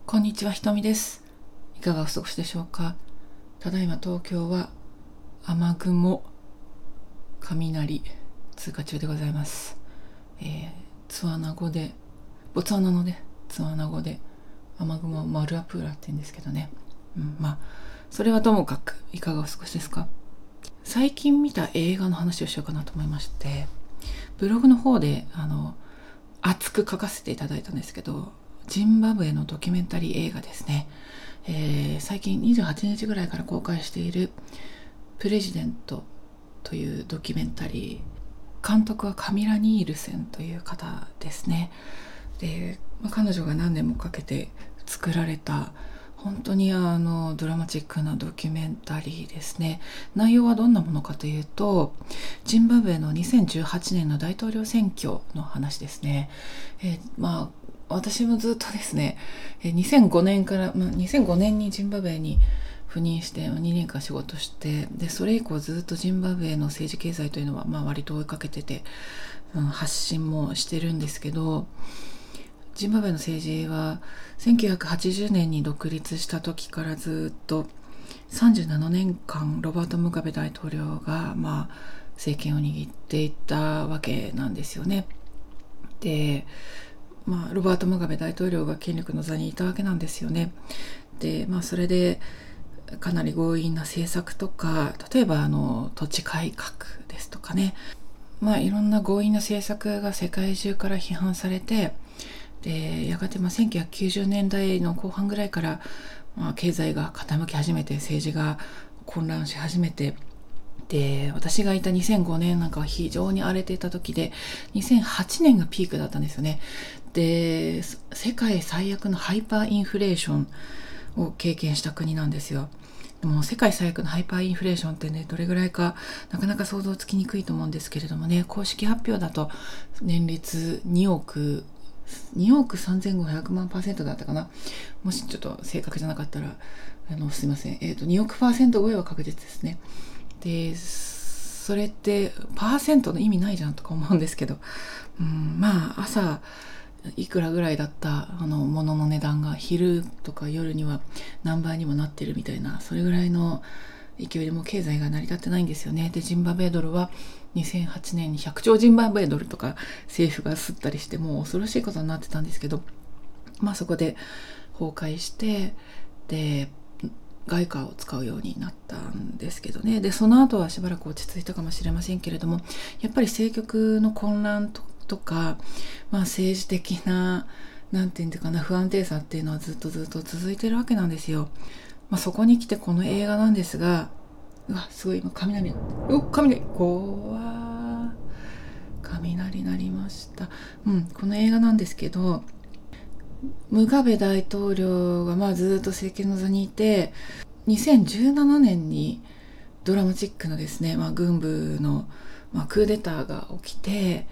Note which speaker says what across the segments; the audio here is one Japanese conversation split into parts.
Speaker 1: こんにちは、ひとみです。いかがお過ごしでしょうか。ただいま東京は雨雲、雷通過中でございます。ツワナ語で、ボツワナのね、ツワナ語で雨雲はマルアプーラって言うんですけどね。それはともかくいかがお過ごしですか。最近見た映画の話をしようかなと思いまして、ブログの方で熱く書かせていただいたんですけど、ジンバブエのドキュメンタリー映画ですね。最近28日ぐらいから公開しているプレジデントというドキュメンタリー、監督はカミラ・ニールセンという方ですね。で、彼女が何年もかけて作られた本当にドラマチックなドキュメンタリーですね。内容はどんなものかというと、ジンバブエの2018年の大統領選挙の話ですね。私もずっとですね、2005年から、2005年にジンバブエに赴任して2年間仕事して、でそれ以降ずっとジンバブエの政治経済というのは割と追いかけてて、発信もしてるんですけど、ジンバブエの政治は1980年に独立した時からずっと37年間ロバート・ムガベ大統領が政権を握っていったわけなんですよね。で、ロバート・ムガベ大統領が権力の座にいたわけなんですよね。で、それでかなり強引な政策とか、例えば土地改革ですとかね、いろんな強引な政策が世界中から批判されて、でやがて1990年代の後半ぐらいから、経済が傾き始めて、政治が混乱し始めて、で私がいた2005年なんかは非常に荒れていた時で、2008年がピークだったんですよね。で世界最悪のハイパーインフレーションを経験した国なんですよ。でも世界最悪のハイパーインフレーションってね、どれぐらいかなかなか想像つきにくいと思うんですけれどもね、公式発表だと年率2億3500万%だったかな。もしちょっと正確じゃなかったらすいません。2億パーセント超えは確実ですね。でそれってパーセントの意味ないじゃんとか思うんですけど、朝いくらぐらいだった物の値段が昼とか夜には何倍にもなってるみたいな、それぐらいの勢いでもう経済が成り立ってないんですよね。でジンバブエドルは2008年に100兆ジンバブエドルとか政府が吸ったりして、もう恐ろしいことになってたんですけど、そこで崩壊して、で外貨を使うようになったんですけどね。でその後はしばらく落ち着いたかもしれませんけれども、やっぱり政局の混乱とか、政治的ななんていうんかな、不安定さっていうのはずっと続いてるわけなんですよ。そこに来てこの映画なんですが、すごい今雷怖ー、雷鳴りました。この映画なんですけど、ムガベ大統領がずっと政権の座にいて、2017年にドラマチックなですね、軍部の、クーデターが起きて、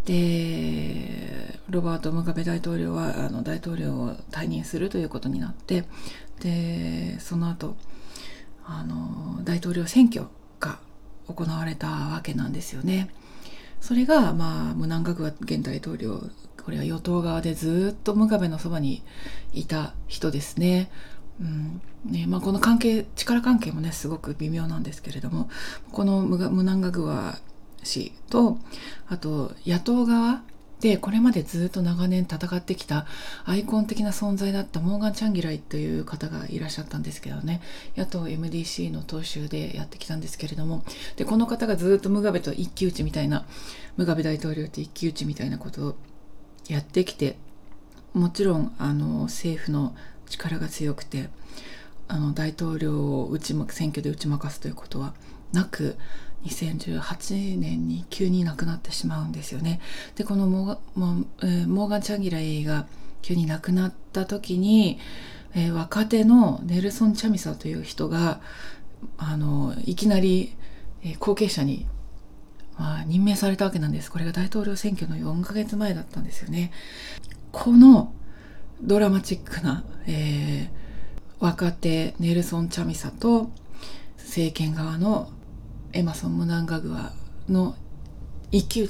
Speaker 1: でロバート・ムガベ大統領は大統領を退任するということになって、でその後大統領選挙が行われたわけなんですよね。それがムナンガグワ現大統領、これは与党側でずっとムガベのそばにいた人ですね。この力関係もねすごく微妙なんですけれども、このムナンガグワ氏と、あと野党側でこれまでずっと長年戦ってきたアイコン的な存在だったモーガン・チャンギライという方がいらっしゃったんですけどね、野党 MDC の党首でやってきたんですけれども、でこの方がずっとムガベと一騎打ちみたいな、ムガベ大統領と一騎打ちみたいなことをやってきて、もちろん政府の力が強くて大統領を選挙で打ち負かすということはなく、2018年に急に亡くなってしまうんですよね。でこのモーガン・チャンギライが急に亡くなった時に、若手のネルソン・チャミサという人がいきなり、後継者に、任命されたわけなんです。これが大統領選挙の4ヶ月前だったんですよね。このドラマチックな、若手ネルソン・チャミサと政権側のエマソン・ムナンガグアの一騎打ち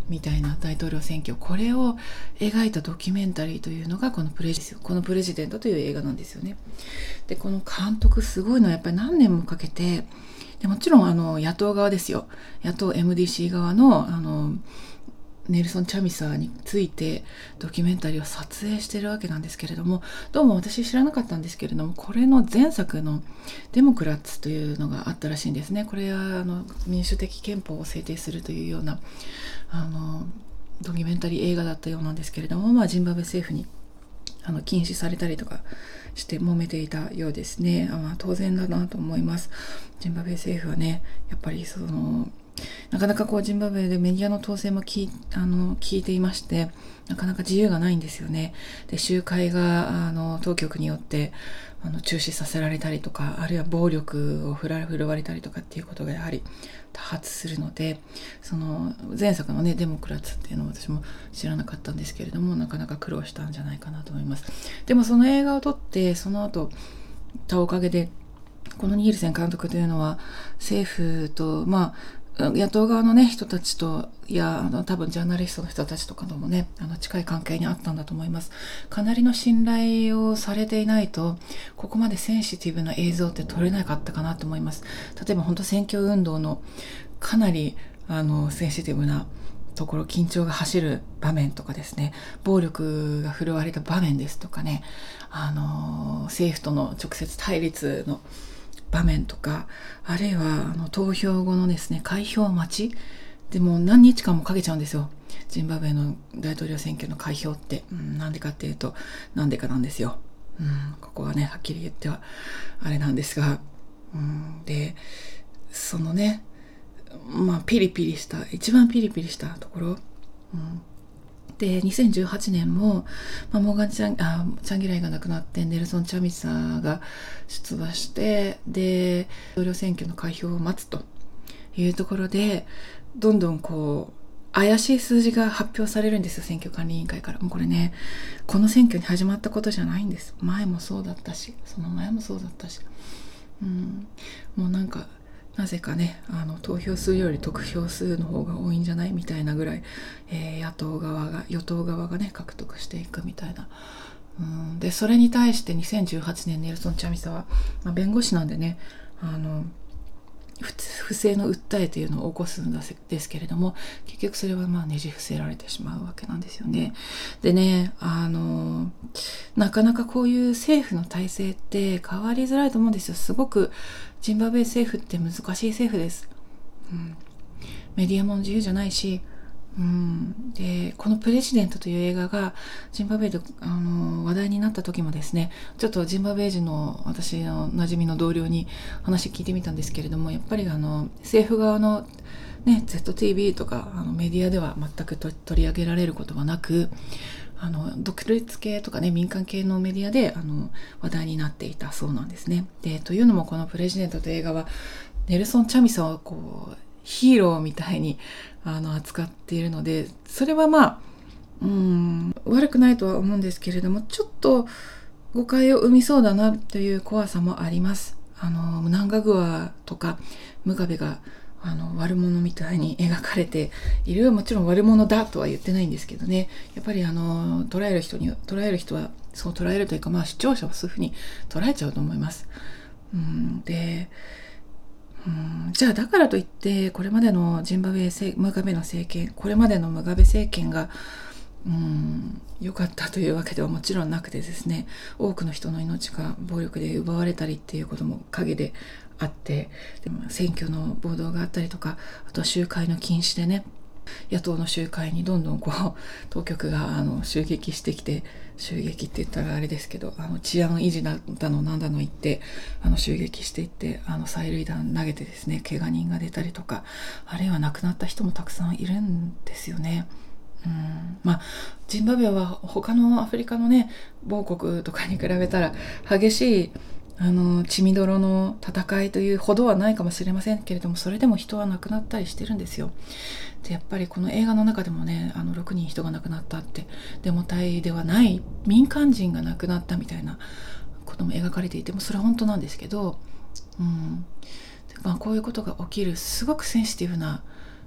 Speaker 1: みたいな大統領選挙、これを描いたドキュメンタリーというのがこのプレジデントという映画なんですよね。でこの監督すごいのはやっぱり何年もかけて、でもちろん野党側ですよ、野党 MDC 側のネルソン・チャミサーについてドキュメンタリーを撮影しているわけなんですけれども、どうも私知らなかったんですけれども、これの前作のデモクラッツというのがあったらしいんですね。これは民主的憲法を制定するというようなドキュメンタリー映画だったようなんですけれども、ジンバブエ政府に禁止されたりとかして揉めていたようですね。当然だなと思います。ジンバブエ政府はね、やっぱりなかなかジンバブエでメディアの統制も効いていまして、なかなか自由がないんですよね。で集会が当局によって中止させられたりとか、あるいは暴力を振るわれたりとかっていうことがやはり多発するので、前作のねデモクラッツっていうのを私も知らなかったんですけれども、なかなか苦労したんじゃないかなと思います。でもその映画を撮ってその後たおかげで、このニールセン監督というのは政府と野党側のね人たちと、多分ジャーナリストの人たちとかともね近い関係にあったんだと思います。かなりの信頼をされていないとここまでセンシティブな映像って撮れなかったかなと思います。例えば本当選挙運動のかなりセンシティブなところ、緊張が走る場面とかですね、暴力が振るわれた場面ですとかね、政府との直接対立の場面とか、あるいは投票後のですね開票待ちでも何日間もかけちゃうんですよ、ジンバブエの大統領選挙の開票って。なんでかっていうとなんでかなんですよ。ここはねはっきり言ってはあれなんですが、でそのね一番ピリピリしたところ、で2018年も、モーガンチャンギライが亡くなってネルソン・チャミサーが出馬して、で大統領選挙の開票を待つというところで、どんどん怪しい数字が発表されるんですよ、選挙管理委員会から。もうこれね、この選挙に始まったことじゃないんです。前もそうだったし、その前もそうだったし、もうなぜかね投票数より得票数の方が多いんじゃないみたいなぐらい、与党側がね獲得していくみたいな。でそれに対して2018年ネルソン・チャミサは、弁護士なんでね不正の訴えというのを起こすんですけれども、結局それはねじ伏せられてしまうわけなんですよね。でねなかなかこういう政府の体制って変わりづらいと思うんですよ。すごくジンバブエ政府って難しい政府です。メディアも自由じゃないし、でこのプレジデントという映画がジンバブエで話題になった時もですね、ちょっとジンバブエ人の私の馴染みの同僚に話聞いてみたんですけれども、やっぱり政府側のね ZTV とかメディアでは全く取り上げられることはなく、独立系とかね民間系のメディアで話題になっていたそうなんですね。でというのもこのプレジデントという映画はネルソン・チャミサをヒーローみたいに扱っているので、それは悪くないとは思うんですけれども、ちょっと誤解を生みそうだなという怖さもあります。ムナンガグアとかムガベが悪者みたいに描かれている。もちろん悪者だとは言ってないんですけどね、やっぱり捉える人はそう捉えるというか、視聴者はそういうふうに捉えちゃうと思います。でじゃあだからといってこれまでのムガベの政権、これまでのムガベ政権が良かったというわけではもちろんなくてですね、多くの人の命が暴力で奪われたりっていうことも陰であって、でも選挙の暴動があったりとか、あとは集会の禁止でね、野党の集会にどんどん当局が襲撃してきて、襲撃って言ったらあれですけど治安維持だのなんだの言って襲撃していって催涙弾投げてですね、怪我人が出たりとか、あるいは亡くなった人もたくさんいるんですよね。ジンバブエは他のアフリカのね某国とかに比べたら激しい血みどろの戦いというほどはないかもしれませんけれども、それでも人は亡くなったりしてるんですよ。でやっぱりこの映画の中でもね6人人が亡くなったって、デモ隊ではない民間人が亡くなったみたいなことも描かれていても、それは本当なんですけど、こういうことが起きるすごくセンシティブな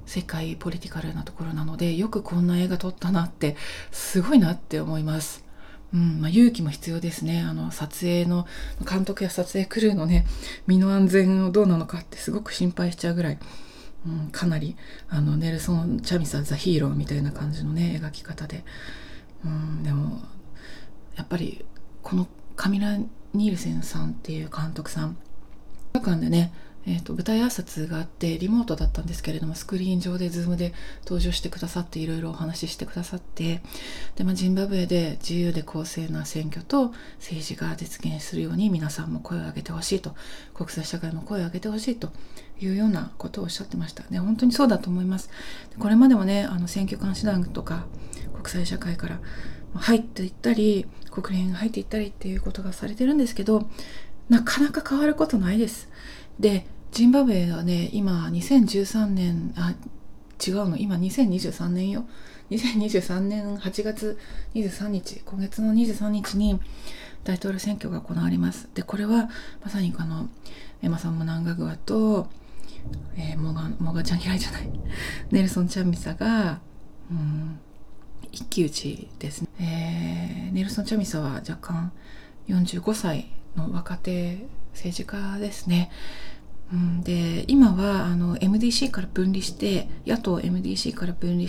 Speaker 1: 世界ポリティカルなところなので、よくこんな映画撮ったなって、すごいなって思います。勇気も必要ですね。撮影の監督や撮影クルーのね、身の安全をどうなのかってすごく心配しちゃうぐらい、かなりネルソン・チャミサザ・ヒーローみたいな感じのね描き方で、でもやっぱりこのカミラ・ニールセンさんっていう監督さん、映画館でね、舞台挨拶があってリモートだったんですけれども、スクリーン上でズームで登場してくださって、いろいろお話ししてくださって、で、ジンバブエで自由で公正な選挙と政治が実現するように皆さんも声を上げてほしいと、国際社会も声を上げてほしいというようなことをおっしゃってましたね。本当にそうだと思います。これまでもね、選挙監視団とか国際社会から入っていったり、国連が入っていったりっていうことがされてるんですけど、なかなか変わることないです。で、ジンバブエはね、今2013年、今2023年よ。2023年8月23日、今月の23日に大統領選挙が行われます。で、これはまさにエマサン・ムナンガグアと、モガチャンギライじゃない、ネルソン・チャミサが、一騎打ちですね。ネルソン・チャミサは若干45歳の若手政治家ですね。で、今はMDC から分離して、野党 MDC から分離して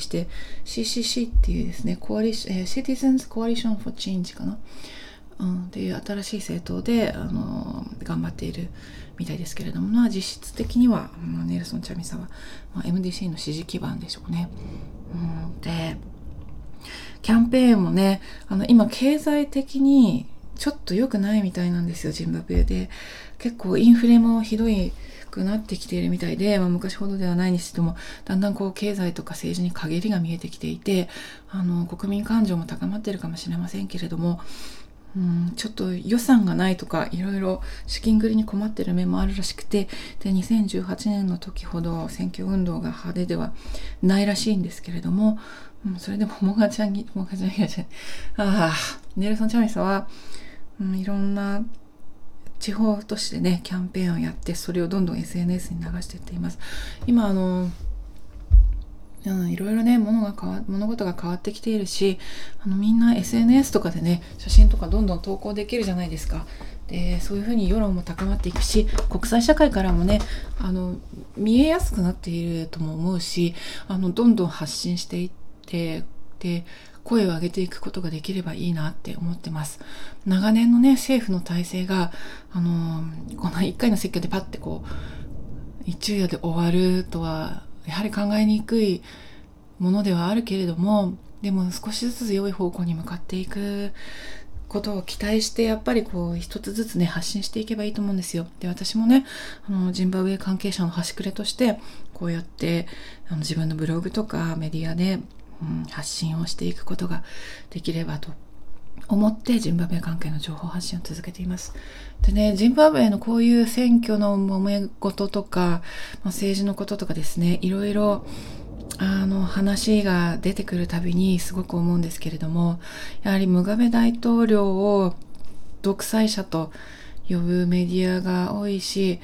Speaker 1: CCC っていうですね、Citizens Coalition for Change かな、っていう新しい政党で頑張っているみたいですけれども、実質的にはネルソン・チャミサは、MDC の支持基盤でしょうね。で、キャンペーンもね、今経済的にちょっと良くないみたいなんですよ、ジンバブエで。結構インフレもひどくなってきているみたいで、昔ほどではないにしても、だんだん経済とか政治に陰りが見えてきていて、国民感情も高まっているかもしれませんけれども、ちょっと予算がないとか、いろいろ資金繰りに困っている面もあるらしくて、で、2018年の時ほど選挙運動が派手ではないらしいんですけれども、それでもネルソン・チャミサは、いろんな地方都市でねキャンペーンをやって、それをどんどん SNS に流していっています。今いろいろね物事が変わってきているし、みんな SNS とかでね写真とかどんどん投稿できるじゃないですか。で、そういうふうに世論も高まっていくし、国際社会からもね見えやすくなっているとも思うし、どんどん発信していって、で声を上げていくことができればいいなって思ってます。長年のね政府の体制がこの一回の選挙でパッて一昼夜で終わるとはやはり考えにくいものではあるけれども、でも少しずつ良い方向に向かっていくことを期待して、やっぱり一つずつね発信していけばいいと思うんですよ。で、私もねジンバブエ関係者の端くれとしてこうやって自分のブログとかメディアで発信をしていくことができればと思って、ジンバブエ関係の情報発信を続けています。でね、ジンバブエのこういう選挙の揉め事とか、政治のこととかですね、いろいろ話が出てくるたびにすごく思うんですけれども、やはりムガベ大統領を独裁者と呼ぶメディアが多いし、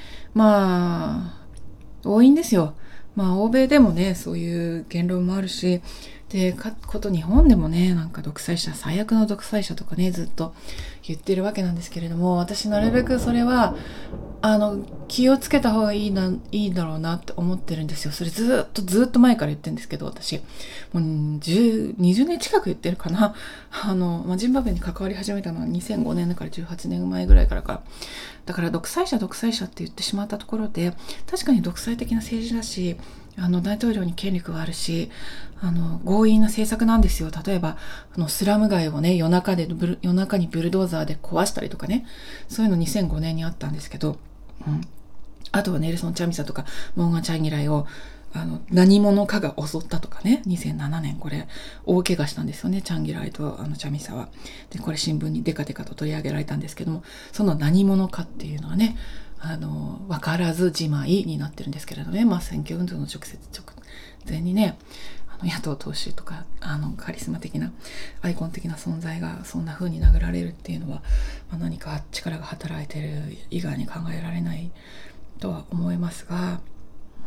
Speaker 1: 多いんですよ。欧米でもねそういう言論もあるし、で日本でもね独裁者、最悪の独裁者とかねずっと言ってるわけなんですけれども、私なるべくそれは気をつけた方がいいだろうなって思ってるんですよ。それずっと前から言ってるんですけど、私もう20年近く言ってるかな。ジンバブエに関わり始めたのは2005年だから18年前ぐらいからか。だから独裁者って言ってしまったところで、確かに独裁的な政治だし、大統領に権力はあるし、強引な政策なんですよ。例えばスラム街をね夜中にブルドーザーで壊したりとかね、そういうの2005年にあったんですけど、あとはネルソン・チャミサとかモーガン・チャンギライを何者かが襲ったとかね、2007年これ大怪我したんですよね、チャンギライとチャミサは。で、これ新聞にデカデカと取り上げられたんですけども、その何者かっていうのはね分からずじまいになってるんですけれどね、選挙運動の直前にね野党党首とかカリスマ的なアイコン的な存在がそんな風に殴られるっていうのは、何か力が働いている以外に考えられないとは思いますが、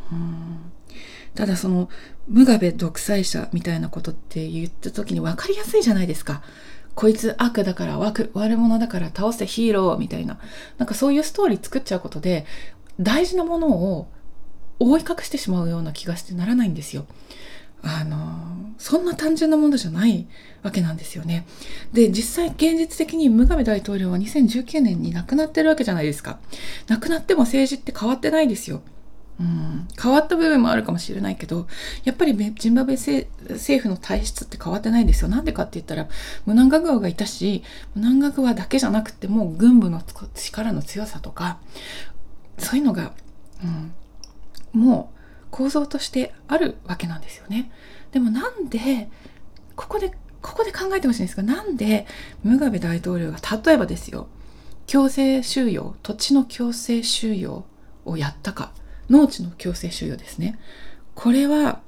Speaker 1: ただそのムガベ独裁者みたいなことって言った時に分かりやすいじゃないですか。こいつ悪だから悪者だから倒せヒーローみたいな、なんかそういうストーリー作っちゃうことで大事なものを覆い隠してしまうような気がしてならないんですよ。そんな単純なものじゃないわけなんですよね。で、実際現実的にムガベ大統領は2019年に亡くなってるわけじゃないですか。亡くなっても政治って変わってないですよ。変わった部分もあるかもしれないけど、やっぱりジンバブエ政府の体質って変わってないですよ。なんでかって言ったら、ムナンガグアがいたし、ムナンガグアだけじゃなくてもう軍部の力の強さとか、そういうのが、もう構造としてあるわけなんですよね。でもなんで、ここで考えてほしいんですが、なんでムガベ大統領が例えばですよ、強制収容、土地の強制収容をやったか。農地の強制収容ですね。これは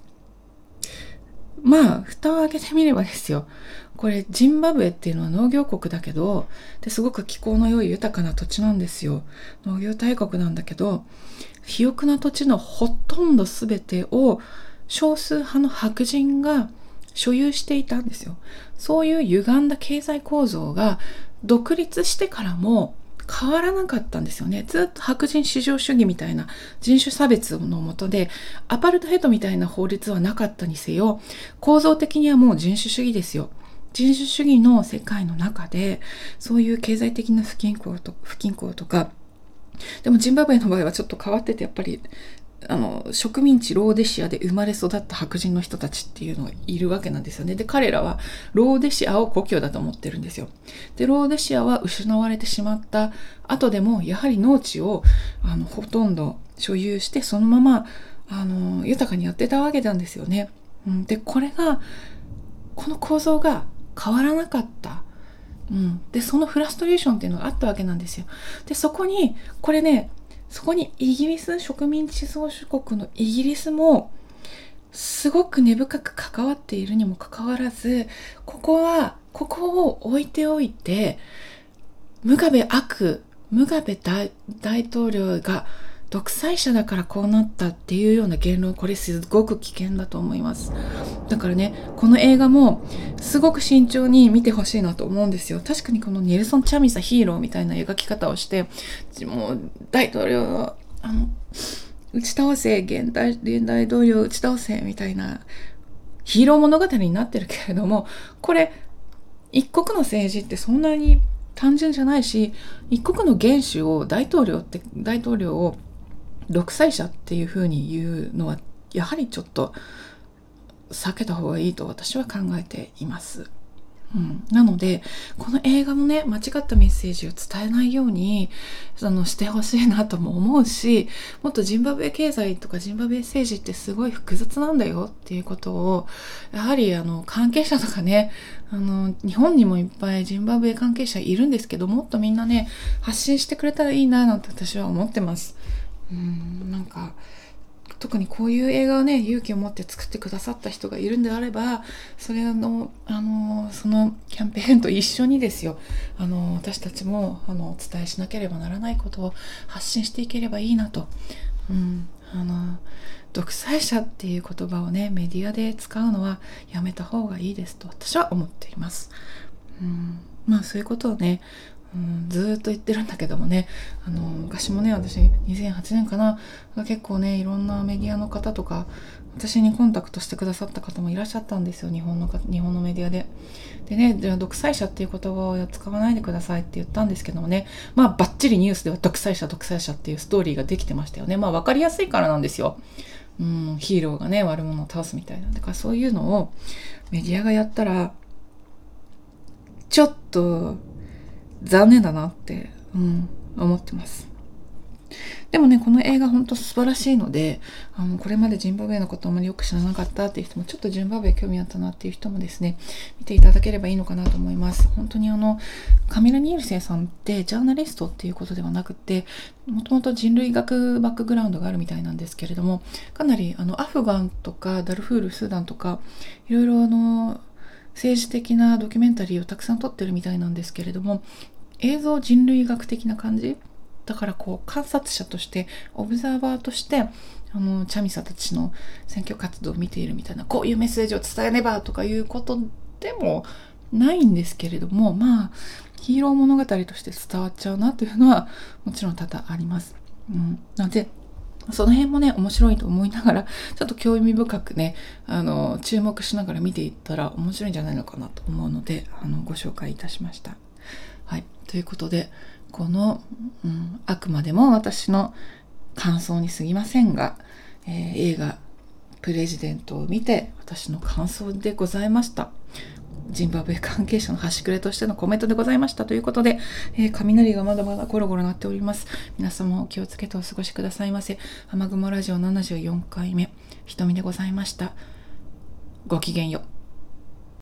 Speaker 1: 蓋を開けてみればですよ、これジンバブエっていうのは農業国だけど、ですごく気候の良い豊かな土地なんですよ。農業大国なんだけど、肥沃な土地のほとんど全てを少数派の白人が所有していたんですよ。そういう歪んだ経済構造が独立してからも変わらなかったんですよね。ずっと白人至上主義みたいな人種差別のもとで、アパルトヘイトみたいな法律はなかったにせよ、構造的にはもう人種主義ですよ。人種主義の世界の中で、そういう経済的な不均衡とか、でもジンバブエの場合はちょっと変わってて、やっぱり植民地ローデシアで生まれ育った白人の人たちっていうのがいるわけなんですよね。で、彼らはローデシアを故郷だと思ってるんですよ。で、ローデシアは失われてしまった後でも、やはり農地をほとんど所有して、そのまま豊かにやってたわけなんですよね。で、この構造が変わらなかった。で、そのフラストレーションっていうのがあったわけなんですよ。で、そこにイギリス、植民地宗主国のイギリスもすごく根深く関わっているにもかかわらず、ここを置いておいて、ムガベ大統領が独裁者だからこうなったっていうような言論、これすごく危険だと思います。だからね、この映画もすごく慎重に見てほしいなと思うんですよ。確かにこのネルソン・チャミサヒーローみたいな描き方をして、もう大統領を打ち倒せ、現大統領を打ち倒せみたいなヒーロー物語になってるけれども、これ一国の政治ってそんなに単純じゃないし、一国の元首を大統領を独裁者っていう風に言うのはやはりちょっと避けた方がいいと私は考えています。なのでこの映画もね、間違ったメッセージを伝えないようにしてほしいなとも思うし、もっとジンバブエ経済とかジンバブエ政治ってすごい複雑なんだよっていうことを、やはり関係者とかね、日本にもいっぱいジンバブエ関係者いるんですけど、もっとみんなね発信してくれたらいいななんて私は思ってます。なんか特にこういう映画をね、勇気を持って作ってくださった人がいるんであれば、それのそのキャンペーンと一緒にですよ、私たちもお伝えしなければならないことを発信していければいいなと。独裁者っていう言葉をね、メディアで使うのはやめた方がいいですと私は思っています。そういうことをね、ずっと言ってるんだけどもね、昔もね、私2008年かな、結構ね、いろんなメディアの方とか私にコンタクトしてくださった方もいらっしゃったんですよ、日本のメディアで。でね、じゃあ独裁者っていう言葉を使わないでくださいって言ったんですけどもね、バッチリニュースでは独裁者っていうストーリーができてましたよね。分かりやすいからなんですよ。ヒーローがね、悪者を倒すみたいな。だからそういうのをメディアがやったらちょっと残念だなって、思ってます。でもね、この映画本当素晴らしいので、これまでジンバブエのことあまりよく知らなかったっていう人も、ちょっとジンバブエ興味あったなっていう人もですね、見ていただければいいのかなと思います。本当にカミラ・ニールセンさんってジャーナリストっていうことではなくて、もともと人類学バックグラウンドがあるみたいなんですけれども、かなりアフガンとかダルフール、スーダンとか、いろいろ政治的なドキュメンタリーをたくさん撮ってるみたいなんですけれども、映像人類学的な感じだから観察者としてオブザーバーとしてチャミサたちの選挙活動を見ているみたいな、こういうメッセージを伝えねばとかいうことでもないんですけれども、ヒーロー物語として伝わっちゃうなというのはもちろん多々あります。なのでその辺もね面白いと思いながら、ちょっと興味深くね注目しながら見ていったら面白いんじゃないのかなと思うのでご紹介いたしました。はい、ということでこの、あくまでも私の感想に過ぎませんが、映画プレジデントを見て私の感想でございました。ジンバブエ関係者の端くれとしてのコメントでございましたということで、雷がまだまだゴロゴロ鳴っております。皆様も気をつけてお過ごしくださいませ。雨雲ラジオ74回目、ひとみでございました。ごきげんよう。